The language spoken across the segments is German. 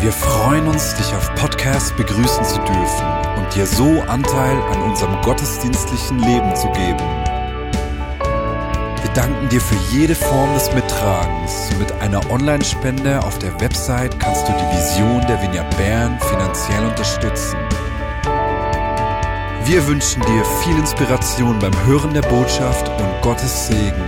Wir freuen uns, dich auf Podcast begrüßen zu dürfen und dir so Anteil an unserem gottesdienstlichen Leben zu geben. Wir danken dir für jede Form des Mittragens. Mit einer Online-Spende auf der Website kannst du die Vision der Vineyard Bern finanziell unterstützen. Wir wünschen dir viel Inspiration beim Hören der Botschaft und Gottes Segen.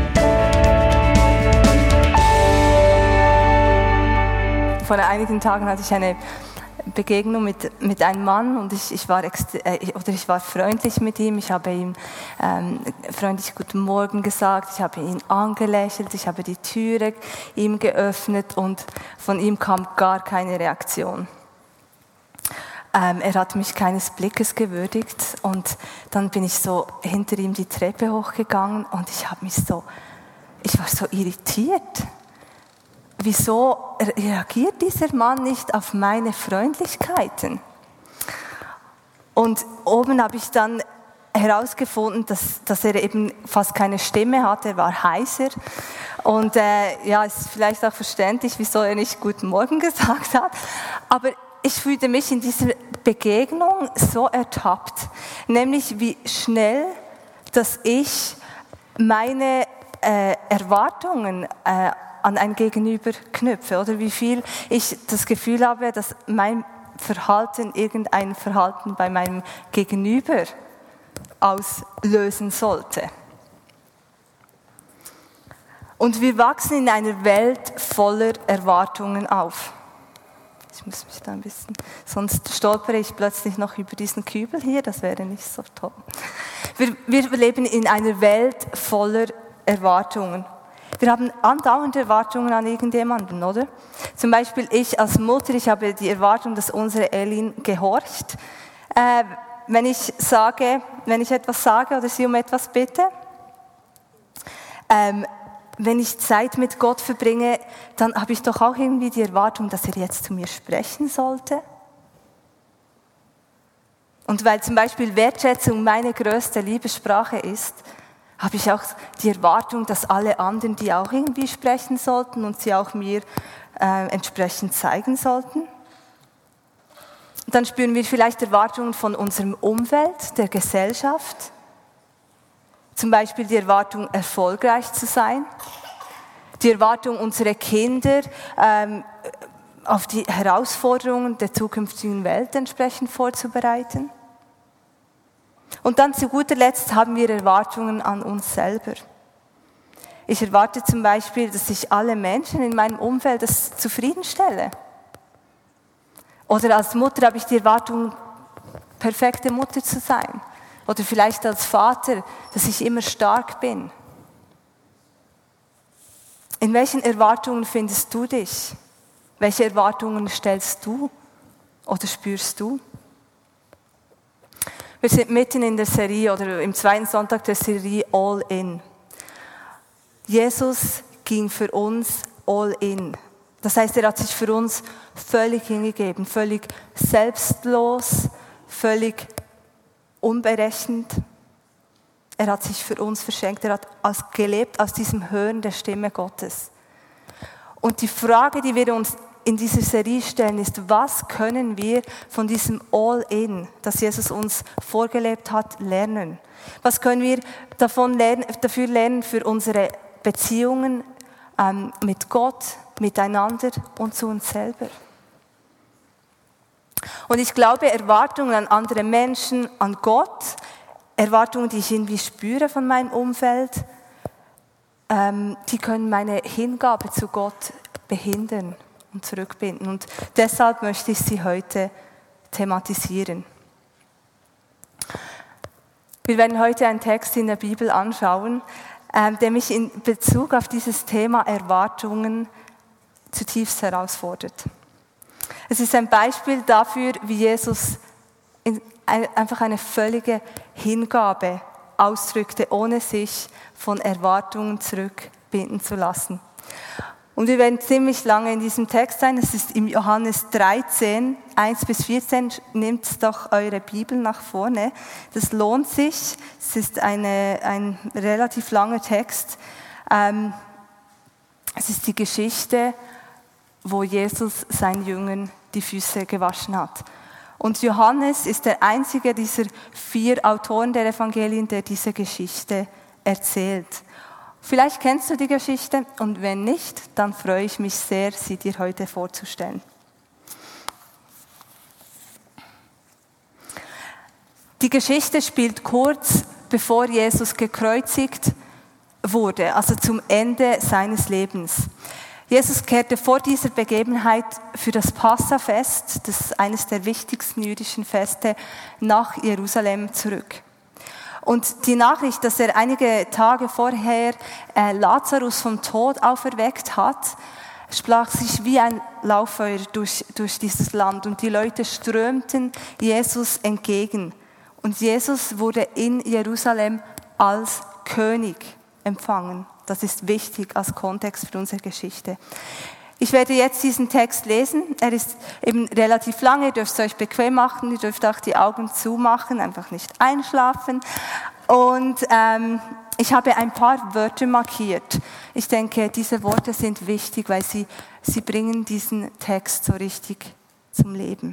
Vor einigen Tagen hatte ich eine Begegnung mit einem Mann und ich war freundlich mit ihm. Ich habe ihm freundlich Guten Morgen gesagt, ich habe ihn angelächelt, ich habe die Türe ihm geöffnet und von ihm kam gar keine Reaktion. Er hat mich keines Blickes gewürdigt und dann bin ich so hinter ihm die Treppe hochgegangen und ich war so irritiert. Wieso reagiert dieser Mann nicht auf meine Freundlichkeiten? Und oben habe ich dann herausgefunden, dass er eben fast keine Stimme hat, er war heiser. Und ist vielleicht auch verständlich, wieso er nicht Guten Morgen gesagt hat. Aber ich fühlte mich in dieser Begegnung so ertappt, nämlich wie schnell, dass ich meine Erwartungen an ein Gegenüber knüpfe oder wie viel ich das Gefühl habe, dass mein Verhalten irgendein Verhalten bei meinem Gegenüber auslösen sollte. Und wir wachsen in einer Welt voller Erwartungen auf. Ich muss mich da ein bisschen, sonst stolpere ich plötzlich noch über diesen Kübel hier, das wäre nicht so toll. Wir leben in einer Welt voller Erwartungen. Wir haben andauernd Erwartungen an irgendjemanden, oder? Zum Beispiel ich als Mutter, ich habe die Erwartung, dass unsere Elin gehorcht. Wenn ich etwas sage oder sie um etwas bitte. Wenn ich Zeit mit Gott verbringe, dann habe ich doch auch irgendwie die Erwartung, dass er jetzt zu mir sprechen sollte. Und weil zum Beispiel Wertschätzung meine größte Liebessprache ist, habe ich auch die Erwartung, dass alle anderen die auch irgendwie sprechen sollten und sie auch mir entsprechend zeigen sollten. Und dann spüren wir vielleicht Erwartungen von unserem Umfeld, der Gesellschaft. Zum Beispiel die Erwartung, erfolgreich zu sein. Die Erwartung, unsere Kinder auf die Herausforderungen der zukünftigen Welt entsprechend vorzubereiten. Und dann zu guter Letzt haben wir Erwartungen an uns selber. Ich erwarte zum Beispiel, dass ich alle Menschen in meinem Umfeld zufriedenstelle. Oder als Mutter habe ich die Erwartung, perfekte Mutter zu sein. Oder vielleicht als Vater, dass ich immer stark bin. In welchen Erwartungen findest du dich? Welche Erwartungen stellst du oder spürst du? Wir sind mitten in der Serie oder im zweiten Sonntag der Serie All In. Jesus ging für uns all in. Das heißt, er hat sich für uns völlig hingegeben, völlig selbstlos, völlig unberechnend. Er hat sich für uns verschenkt, er hat gelebt aus diesem Hören der Stimme Gottes. Und die Frage, die wir uns in dieser Serie stellen, ist, was können wir von diesem All-In, das Jesus uns vorgelebt hat, lernen? Was können wir dafür lernen für unsere Beziehungen mit Gott, miteinander und zu uns selber? Und ich glaube, Erwartungen an andere Menschen, an Gott, Erwartungen, die ich irgendwie spüre von meinem Umfeld, die können meine Hingabe zu Gott behindern und zurückbinden. Und deshalb möchte ich sie heute thematisieren. Wir werden heute einen Text in der Bibel anschauen, der mich in Bezug auf dieses Thema Erwartungen zutiefst herausfordert. Es ist ein Beispiel dafür, wie Jesus einfach eine völlige Hingabe ausdrückte, ohne sich von Erwartungen zurückbinden zu lassen. Und wir werden ziemlich lange in diesem Text sein. Es ist im Johannes 13, 1-14. Nehmt doch eure Bibel nach vorne. Das lohnt sich. Es ist ein relativ langer Text. Es ist die Geschichte wo Jesus seinen Jüngern die Füße gewaschen hat. Und Johannes ist der einzige dieser 4 Autoren der Evangelien, der diese Geschichte erzählt. Vielleicht kennst du die Geschichte und wenn nicht, dann freue ich mich sehr, sie dir heute vorzustellen. Die Geschichte spielt kurz bevor Jesus gekreuzigt wurde, also zum Ende seines Lebens. Jesus kehrte vor dieser Begebenheit für das Passafest, das ist eines der wichtigsten jüdischen Feste, nach Jerusalem zurück. Und die Nachricht, dass er einige Tage vorher Lazarus vom Tod auferweckt hat, sprach sich wie ein Lauffeuer durch dieses Land und die Leute strömten Jesus entgegen. Und Jesus wurde in Jerusalem als König empfangen. Das ist wichtig als Kontext für unsere Geschichte. Ich werde jetzt diesen Text lesen. Er ist eben relativ lang, ihr dürft es euch bequem machen, ihr dürft auch die Augen zumachen, einfach nicht einschlafen. Und ich habe ein paar Wörter markiert. Ich denke, diese Worte sind wichtig, weil sie bringen diesen Text so richtig zum Leben.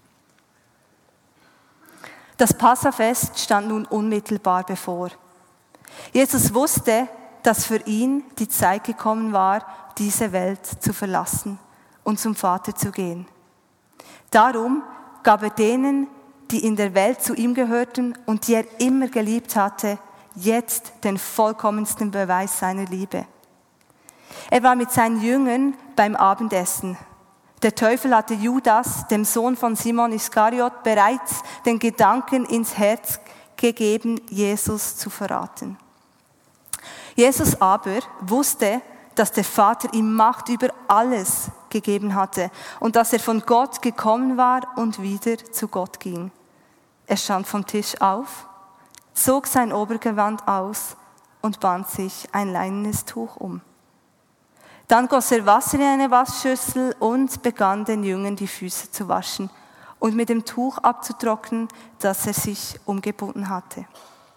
Das Passafest stand nun unmittelbar bevor. Jesus wusste, dass für ihn die Zeit gekommen war, diese Welt zu verlassen und zum Vater zu gehen. Darum gab er denen, die in der Welt zu ihm gehörten und die er immer geliebt hatte, jetzt den vollkommensten Beweis seiner Liebe. Er war mit seinen Jüngern beim Abendessen. Der Teufel hatte Judas, dem Sohn von Simon Iskariot, bereits den Gedanken ins Herz gegeben, Jesus zu verraten. Jesus aber wusste, dass der Vater ihm Macht über alles gegeben hatte und dass er von Gott gekommen war und wieder zu Gott ging. Er stand vom Tisch auf, zog sein Obergewand aus und band sich ein leinenes Tuch um. Dann goss er Wasser in eine Waschschüssel und begann den Jüngern die Füße zu waschen und mit dem Tuch abzutrocknen, das er sich umgebunden hatte.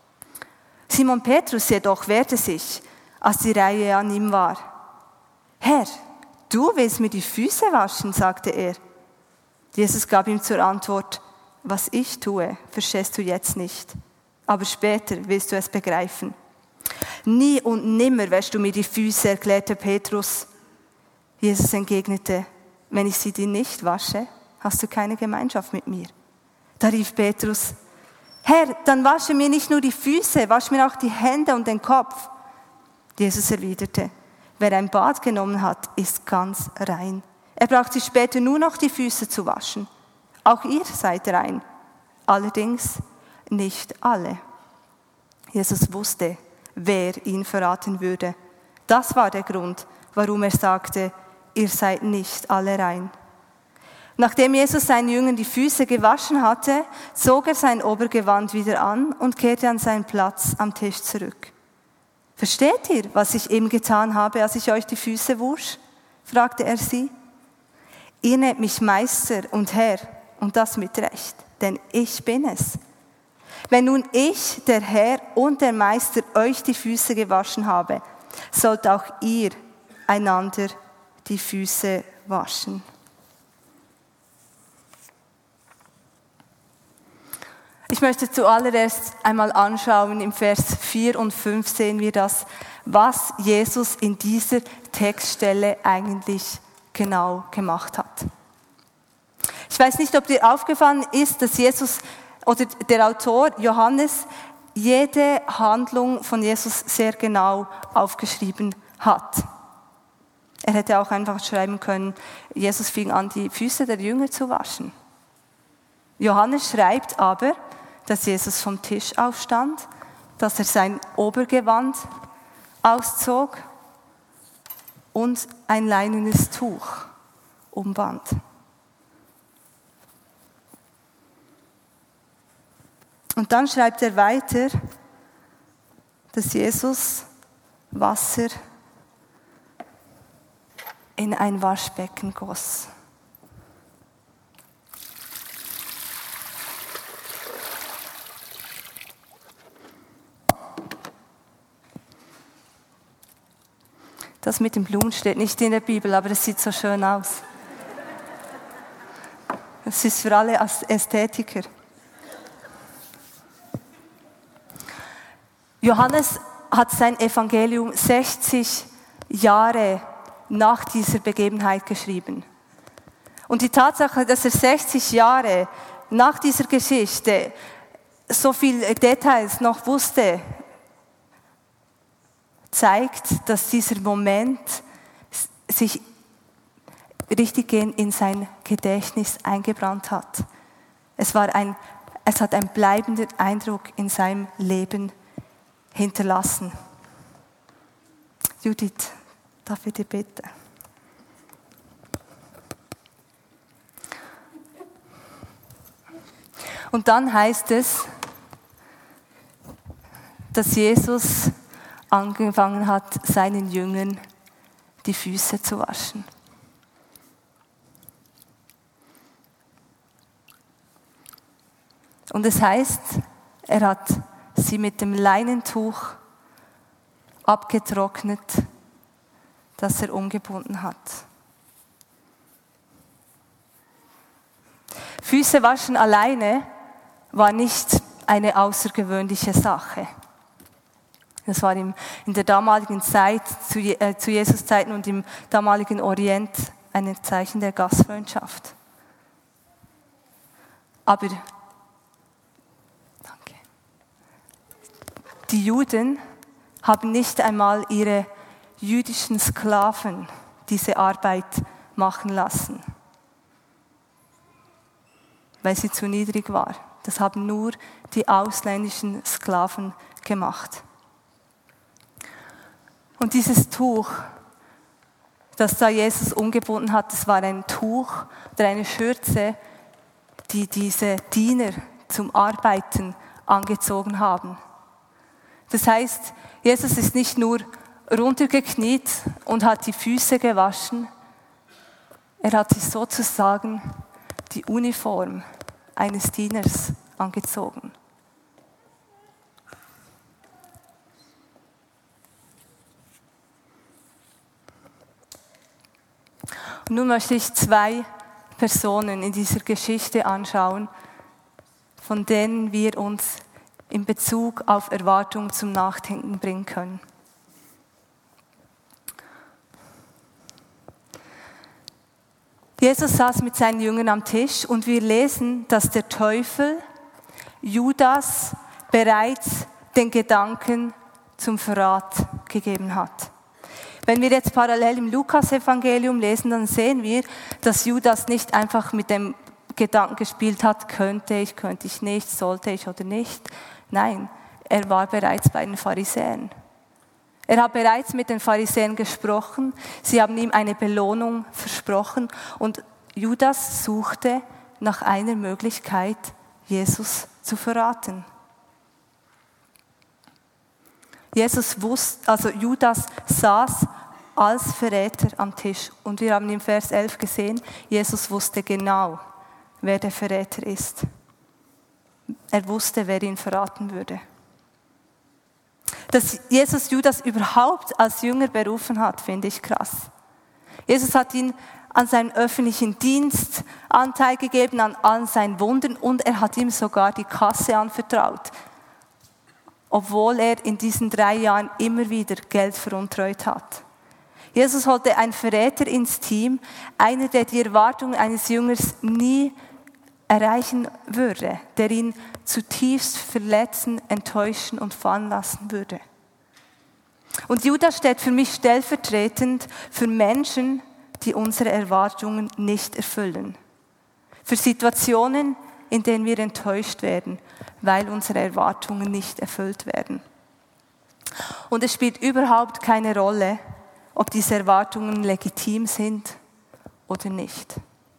Simon Petrus jedoch wehrte sich, als die Reihe an ihm war. Herr, du willst mir die Füße waschen, sagte er. Jesus gab ihm zur Antwort, was ich tue, verstehst du jetzt nicht, aber später willst du es begreifen. Nie und nimmer wäschst du mir die Füße, erklärte Petrus. Jesus entgegnete, wenn ich sie dir nicht wasche, hast du keine Gemeinschaft mit mir. Da rief Petrus, Herr, dann wasche mir nicht nur die Füße, wasch mir auch die Hände und den Kopf. Jesus erwiderte, wer ein Bad genommen hat, ist ganz rein. Er braucht sich später nur noch die Füße zu waschen. Auch ihr seid rein. Allerdings nicht alle. Jesus wusste, wer ihn verraten würde. Das war der Grund, warum er sagte, ihr seid nicht alle rein. Nachdem Jesus seinen Jüngern die Füße gewaschen hatte, zog er sein Obergewand wieder an und kehrte an seinen Platz am Tisch zurück. Versteht ihr, was ich eben getan habe, als ich euch die Füße wusch? Fragte er sie. Ihr nennt mich Meister und Herr, und das mit Recht, denn ich bin es. Wenn nun ich, der Herr und der Meister, euch die Füße gewaschen habe, sollt auch ihr einander die Füße waschen. Ich möchte zuallererst einmal anschauen, im Vers 4 und 5 sehen wir das, was Jesus in dieser Textstelle eigentlich genau gemacht hat. Ich weiß nicht, ob dir aufgefallen ist, dass Jesus oder der Autor Johannes jede Handlung von Jesus sehr genau aufgeschrieben hat. Er hätte auch einfach schreiben können, Jesus fing an, die Füße der Jünger zu waschen. Johannes schreibt aber, dass Jesus vom Tisch aufstand, dass er sein Obergewand auszog und ein leinenes Tuch umband. Und dann schreibt er weiter, dass Jesus Wasser in ein Waschbecken goss. Das mit den Blumen steht nicht in der Bibel, aber es sieht so schön aus. Das ist für alle Ästhetiker. Johannes hat sein Evangelium 60 Jahre nach dieser Begebenheit geschrieben. Und die Tatsache, dass er 60 Jahre nach dieser Geschichte so viele Details noch wusste, zeigt, dass dieser Moment sich richtig in sein Gedächtnis eingebrannt hat. Es hat einen bleibenden Eindruck in seinem Leben hinterlassen. Judith, darf ich dich bitten? Und dann heißt es, dass Jesus angefangen hat, seinen Jüngern die Füße zu waschen. Und es heißt, er hat sie mit dem Leinentuch abgetrocknet, das er umgebunden hat. Füße waschen alleine war nicht eine außergewöhnliche Sache. Das war in der damaligen Zeit, zu Jesus Zeiten und im damaligen Orient, ein Zeichen der Gastfreundschaft. Aber die Juden haben nicht einmal ihre jüdischen Sklaven diese Arbeit machen lassen, weil sie zu niedrig war. Das haben nur die ausländischen Sklaven gemacht. Und dieses Tuch, das da Jesus umgebunden hat, das war ein Tuch oder eine Schürze, die diese Diener zum Arbeiten angezogen haben. Das heißt, Jesus ist nicht nur runtergekniet und hat die Füße gewaschen, er hat sich sozusagen die Uniform eines Dieners angezogen. Und nun möchte ich 2 Personen in dieser Geschichte anschauen, von denen wir uns in Bezug auf Erwartung zum Nachdenken bringen können. Jesus saß mit seinen Jüngern am Tisch und wir lesen, dass der Teufel Judas bereits den Gedanken zum Verrat gegeben hat. Wenn wir jetzt parallel im Lukas-Evangelium lesen, dann sehen wir, dass Judas nicht einfach mit dem Gedanken gespielt hat, könnte ich nicht, sollte ich oder nicht. Nein, er war bereits bei den Pharisäern. Er hat bereits mit den Pharisäern gesprochen, sie haben ihm eine Belohnung versprochen und Judas suchte nach einer Möglichkeit, Jesus zu verraten. Judas saß als Verräter am Tisch und wir haben im Vers 11 gesehen, Jesus wusste genau, wer der Verräter ist. Er wusste, wer ihn verraten würde. Dass Jesus Judas überhaupt als Jünger berufen hat, finde ich krass. Jesus hat ihn an seinen öffentlichen Dienst Anteil gegeben, an all seinen Wundern und er hat ihm sogar die Kasse anvertraut, obwohl er in diesen 3 Jahren immer wieder Geld veruntreut hat. Jesus holte einen Verräter ins Team, einer, der die Erwartungen eines Jüngers nie erreichen würde, der ihn zutiefst verletzen, enttäuschen und fallen lassen würde. Und Judas steht für mich stellvertretend für Menschen, die unsere Erwartungen nicht erfüllen. Für Situationen, in denen wir enttäuscht werden, weil unsere Erwartungen nicht erfüllt werden. Und es spielt überhaupt keine Rolle, ob diese Erwartungen legitim sind oder nicht.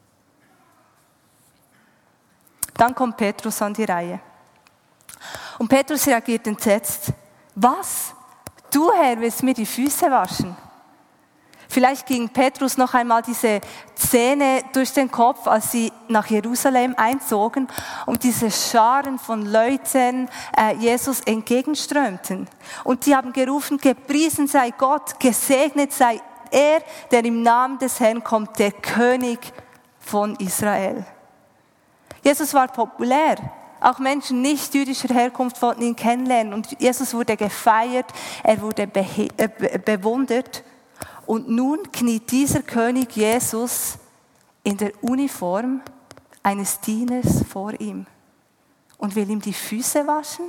Dann kommt Petrus an die Reihe. Und Petrus reagiert entsetzt. Was? Du, Herr, willst mir die Füße waschen? Vielleicht ging Petrus noch einmal diese Szene durch den Kopf, als sie nach Jerusalem einzogen und diese Scharen von Leuten Jesus entgegenströmten. Und die haben gerufen, gepriesen sei Gott, gesegnet sei er, der im Namen des Herrn kommt, der König von Israel. Jesus war populär. Auch Menschen nicht jüdischer Herkunft wollten ihn kennenlernen. Und Jesus wurde gefeiert, er wurde bewundert. Und nun kniet dieser König Jesus in der Uniform eines Dieners vor ihm und will ihm die Füße waschen.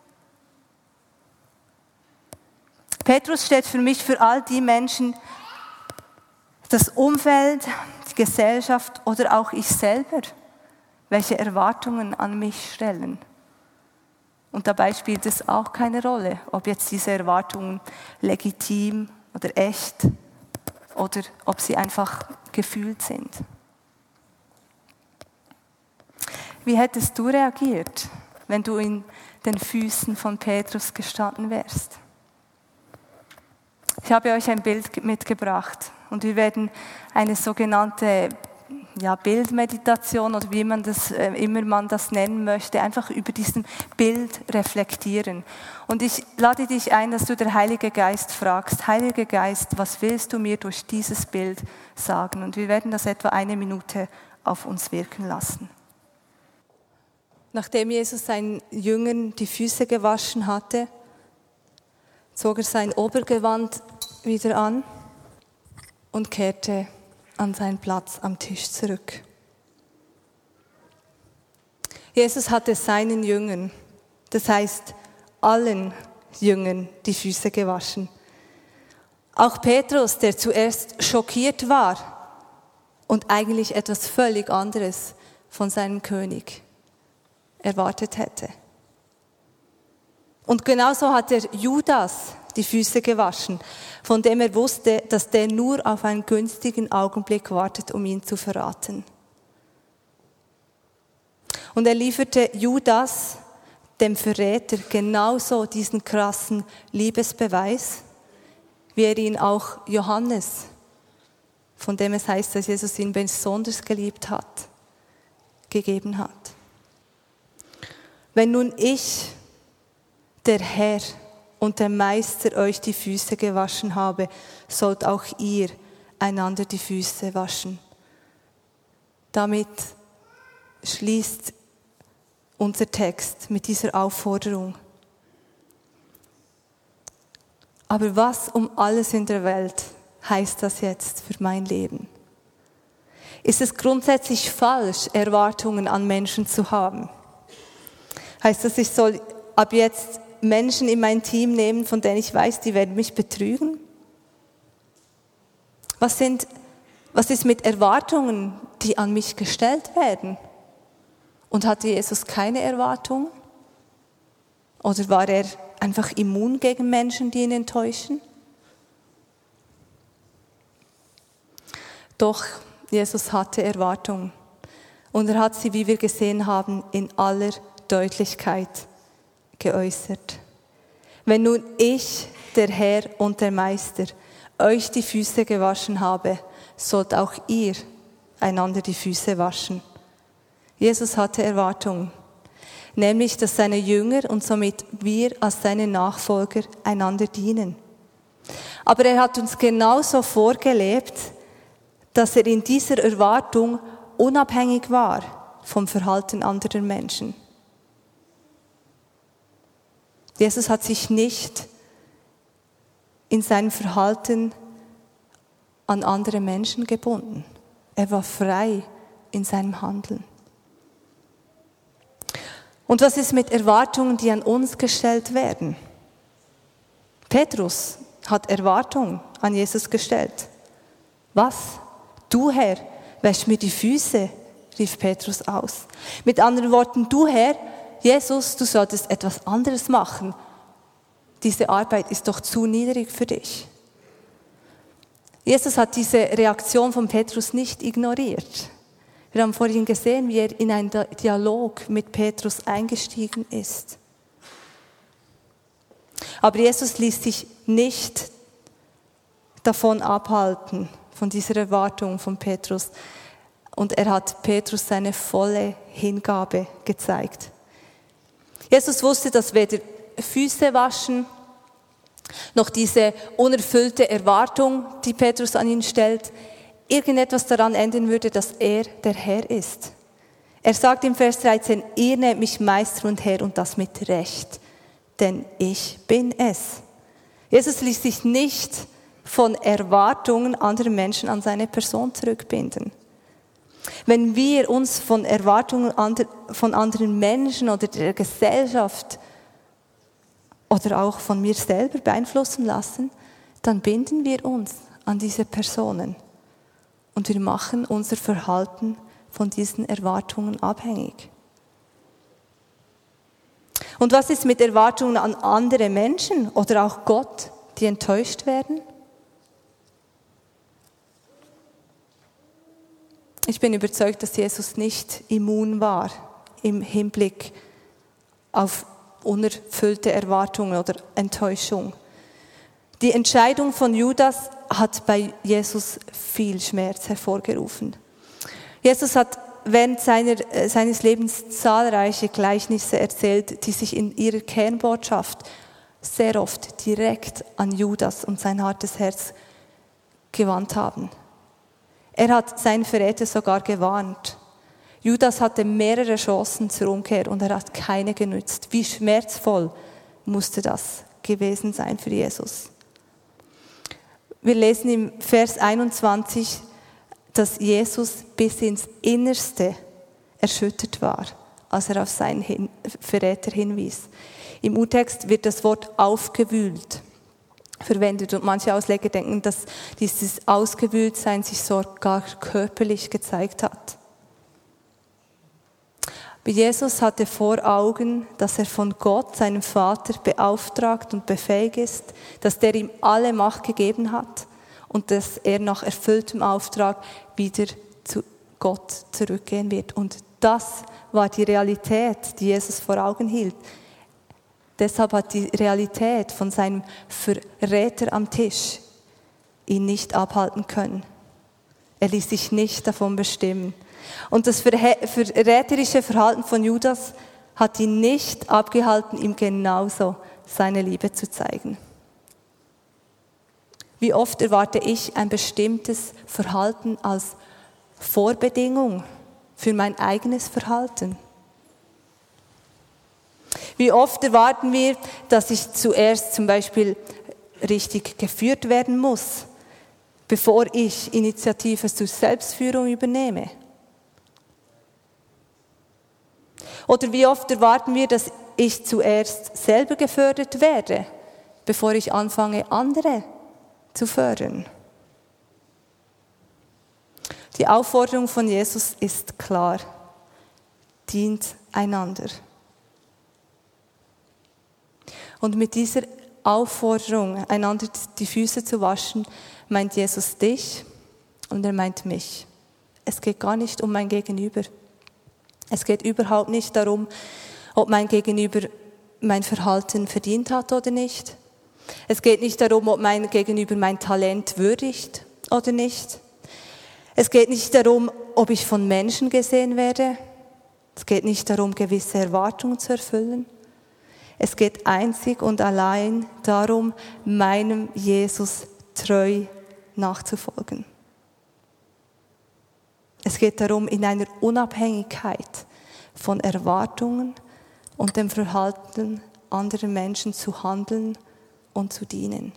Petrus steht für mich für all die Menschen, das Umfeld, die Gesellschaft oder auch ich selber, welche Erwartungen an mich stellen. Und dabei spielt es auch keine Rolle, ob jetzt diese Erwartungen legitim oder echt oder ob sie einfach gefühlt sind. Wie hättest du reagiert, wenn du in den Füßen von Petrus gestanden wärst? Ich habe euch ein Bild mitgebracht und wir werden eine sogenannte Bildmeditation oder wie man das immer man das nennen möchte, einfach über diesem Bild reflektieren. Und ich lade dich ein, dass du der Heilige Geist fragst, Heiliger Geist, was willst du mir durch dieses Bild sagen? Und wir werden das etwa 1 Minute auf uns wirken lassen. Nachdem Jesus seinen Jüngern die Füße gewaschen hatte, zog er sein Obergewand wieder an und kehrte an seinen Platz am Tisch zurück. Jesus hatte seinen Jüngern, das heißt allen Jüngern, die Füße gewaschen. Auch Petrus, der zuerst schockiert war und eigentlich etwas völlig anderes von seinem König erwartet hätte. Und genauso hat der Judas die Füße gewaschen, von dem er wusste, dass der nur auf einen günstigen Augenblick wartet, um ihn zu verraten. Und er lieferte Judas, dem Verräter, genauso diesen krassen Liebesbeweis, wie er ihn auch Johannes, von dem es heißt, dass Jesus ihn besonders geliebt hat, gegeben hat. Wenn nun ich, der Herr und der Meister, euch die Füße gewaschen habe, sollt auch ihr einander die Füße waschen. Damit schließt unser Text mit dieser Aufforderung. Aber was um alles in der Welt heißt das jetzt für mein Leben? Ist es grundsätzlich falsch, Erwartungen an Menschen zu haben? Heißt das, ich soll ab jetzt Menschen in mein Team nehmen, von denen ich weiß, die werden mich betrügen? Was ist mit Erwartungen, die an mich gestellt werden? Und hatte Jesus keine Erwartungen? Oder war er einfach immun gegen Menschen, die ihn enttäuschen? Doch Jesus hatte Erwartungen. Und er hat sie, wie wir gesehen haben, in aller Deutlichkeit geäußert. Wenn nun ich, der Herr und der Meister, euch die Füße gewaschen habe, sollt auch ihr einander die Füße waschen. Jesus hatte Erwartungen, nämlich, dass seine Jünger und somit wir als seine Nachfolger einander dienen. Aber er hat uns genauso vorgelebt, dass er in dieser Erwartung unabhängig war vom Verhalten anderer Menschen. Jesus hat sich nicht in seinem Verhalten an andere Menschen gebunden. Er war frei in seinem Handeln. Und was ist mit Erwartungen, die an uns gestellt werden? Petrus hat Erwartungen an Jesus gestellt. Was? Du, Herr, wäsch mir die Füße, rief Petrus aus. Mit anderen Worten, du, Herr, Jesus, du solltest etwas anderes machen. Diese Arbeit ist doch zu niedrig für dich. Jesus hat diese Reaktion von Petrus nicht ignoriert. Wir haben vorhin gesehen, wie er in einen Dialog mit Petrus eingestiegen ist. Aber Jesus ließ sich nicht davon abhalten, von dieser Erwartung von Petrus. Und er hat Petrus seine volle Hingabe gezeigt. Jesus wusste, dass weder Füße waschen, noch diese unerfüllte Erwartung, die Petrus an ihn stellt, irgendetwas daran ändern würde, dass er der Herr ist. Er sagt im Vers 13, ihr nennt mich Meister und Herr und das mit Recht, denn ich bin es. Jesus ließ sich nicht von Erwartungen anderer Menschen an seine Person zurückbinden. Wenn wir uns von Erwartungen von anderen Menschen oder der Gesellschaft oder auch von mir selber beeinflussen lassen, dann binden wir uns an diese Personen und wir machen unser Verhalten von diesen Erwartungen abhängig. Und was ist mit Erwartungen an andere Menschen oder auch Gott, die enttäuscht werden? Ich bin überzeugt, dass Jesus nicht immun war im Hinblick auf unerfüllte Erwartungen oder Enttäuschung. Die Entscheidung von Judas hat bei Jesus viel Schmerz hervorgerufen. Jesus hat während seines Lebens zahlreiche Gleichnisse erzählt, die sich in ihrer Kernbotschaft sehr oft direkt an Judas und sein hartes Herz gewandt haben. Er hat seinen Verräter sogar gewarnt. Judas hatte mehrere Chancen zur Umkehr und er hat keine genützt. Wie schmerzvoll musste das gewesen sein für Jesus? Wir lesen im Vers 21, dass Jesus bis ins Innerste erschüttert war, als er auf seinen Verräter hinwies. Im Urtext wird das Wort aufgewühlt verwendet und manche Ausleger denken, dass dieses Ausgewühltsein sich sogar körperlich gezeigt hat. Jesus hatte vor Augen, dass er von Gott, seinem Vater, beauftragt und befähigt ist, dass der ihm alle Macht gegeben hat und dass er nach erfülltem Auftrag wieder zu Gott zurückgehen wird. Und das war die Realität, die Jesus vor Augen hielt. Deshalb hat die Realität von seinem Verräter am Tisch ihn nicht abhalten können. Er ließ sich nicht davon bestimmen. Und das verräterische Verhalten von Judas hat ihn nicht abgehalten, ihm genauso seine Liebe zu zeigen. Wie oft erwarte ich ein bestimmtes Verhalten als Vorbedingung für mein eigenes Verhalten? Wie oft erwarten wir, dass ich zuerst zum Beispiel richtig geführt werden muss, bevor ich Initiative zur Selbstführung übernehme? Oder wie oft erwarten wir, dass ich zuerst selber gefördert werde, bevor ich anfange, andere zu fördern? Die Aufforderung von Jesus ist klar: dient einander. Und mit dieser Aufforderung, einander die Füße zu waschen, meint Jesus dich und er meint mich. Es geht gar nicht um mein Gegenüber. Es geht überhaupt nicht darum, ob mein Gegenüber mein Verhalten verdient hat oder nicht. Es geht nicht darum, ob mein Gegenüber mein Talent würdigt oder nicht. Es geht nicht darum, ob ich von Menschen gesehen werde. Es geht nicht darum, gewisse Erwartungen zu erfüllen. Es geht einzig und allein darum, meinem Jesus treu nachzufolgen. Es geht darum, in einer Unabhängigkeit von Erwartungen und dem Verhalten anderer Menschen zu handeln und zu dienen.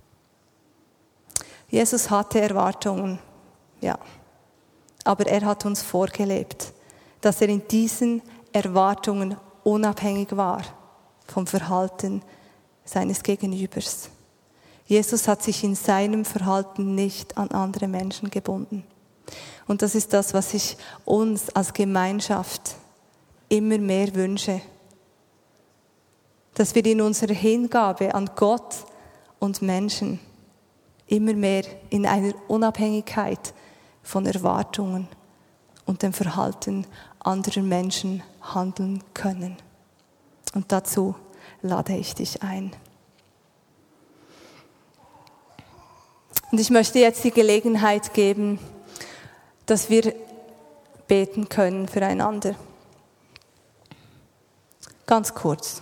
Jesus hatte Erwartungen, ja, aber er hat uns vorgelebt, dass er in diesen Erwartungen unabhängig war vom Verhalten seines Gegenübers. Jesus hat sich in seinem Verhalten nicht an andere Menschen gebunden. Und das ist das, was ich uns als Gemeinschaft immer mehr wünsche. Dass wir in unserer Hingabe an Gott und Menschen immer mehr in einer Unabhängigkeit von Erwartungen und dem Verhalten anderer Menschen handeln können. Und dazu lade ich dich ein. Und ich möchte jetzt die Gelegenheit geben, dass wir beten können füreinander. Ganz kurz.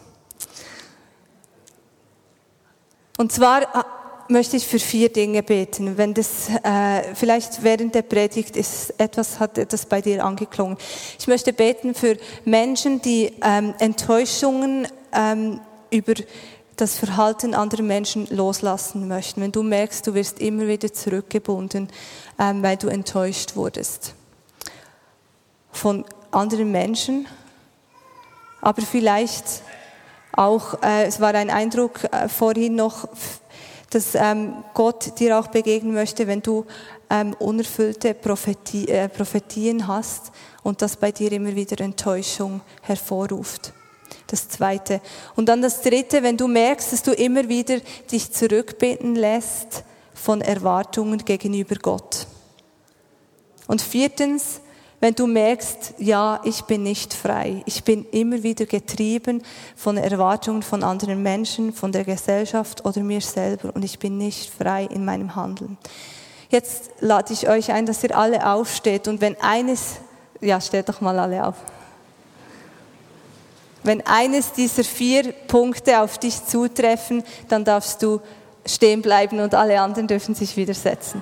Und zwar möchte ich für 4 Dinge beten. Wenn das vielleicht während der Predigt hat etwas bei dir angeklungen. Ich möchte beten für Menschen, die Enttäuschungen über das Verhalten anderer Menschen loslassen möchten. Wenn du merkst, du wirst immer wieder zurückgebunden, weil du enttäuscht wurdest von anderen Menschen, aber vielleicht auch, es war ein Eindruck vorhin noch, dass Gott dir auch begegnen möchte, wenn du unerfüllte Prophetien hast und das bei dir immer wieder Enttäuschung hervorruft. Das 2. Und dann das 3, wenn du merkst, dass du immer wieder dich zurückbinden lässt von Erwartungen gegenüber Gott. Und 4, wenn du merkst, ja, ich bin nicht frei. Ich bin immer wieder getrieben von Erwartungen von anderen Menschen, von der Gesellschaft oder mir selber und ich bin nicht frei in meinem Handeln. Jetzt lade ich euch ein, dass ihr alle aufsteht und steht doch mal alle auf. Wenn eines dieser 4 Punkte auf dich zutreffen, dann darfst du stehen bleiben und alle anderen dürfen sich wieder setzen.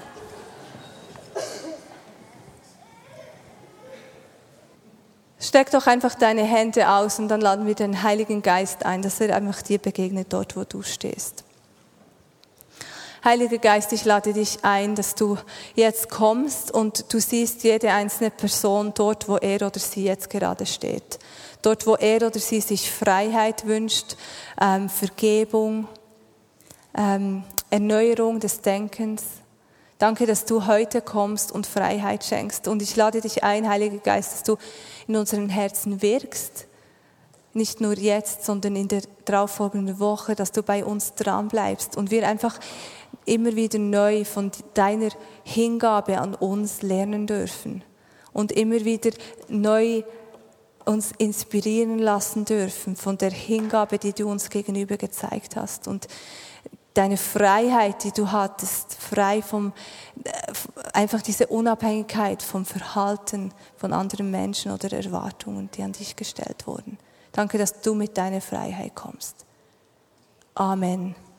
Streck doch einfach deine Hände aus und dann laden wir den Heiligen Geist ein, dass er einfach dir begegnet dort, wo du stehst. Heiliger Geist, ich lade dich ein, dass du jetzt kommst und du siehst jede einzelne Person dort, wo er oder sie jetzt gerade steht. Dort, wo er oder sie sich Freiheit wünscht, Vergebung, Erneuerung des Denkens. Danke, dass du heute kommst und Freiheit schenkst. Und ich lade dich ein, Heiliger Geist, dass du in unseren Herzen wirkst. Nicht nur jetzt, sondern in der darauffolgenden Woche, dass du bei uns dran bleibst und wir einfach immer wieder neu von deiner Hingabe an uns lernen dürfen und immer wieder neu uns inspirieren lassen dürfen von der Hingabe, die du uns gegenüber gezeigt hast und deine Freiheit, die du hattest, frei vom, einfach diese Unabhängigkeit vom Verhalten von anderen Menschen oder Erwartungen, die an dich gestellt wurden. Danke, dass du mit deiner Freiheit kommst. Amen.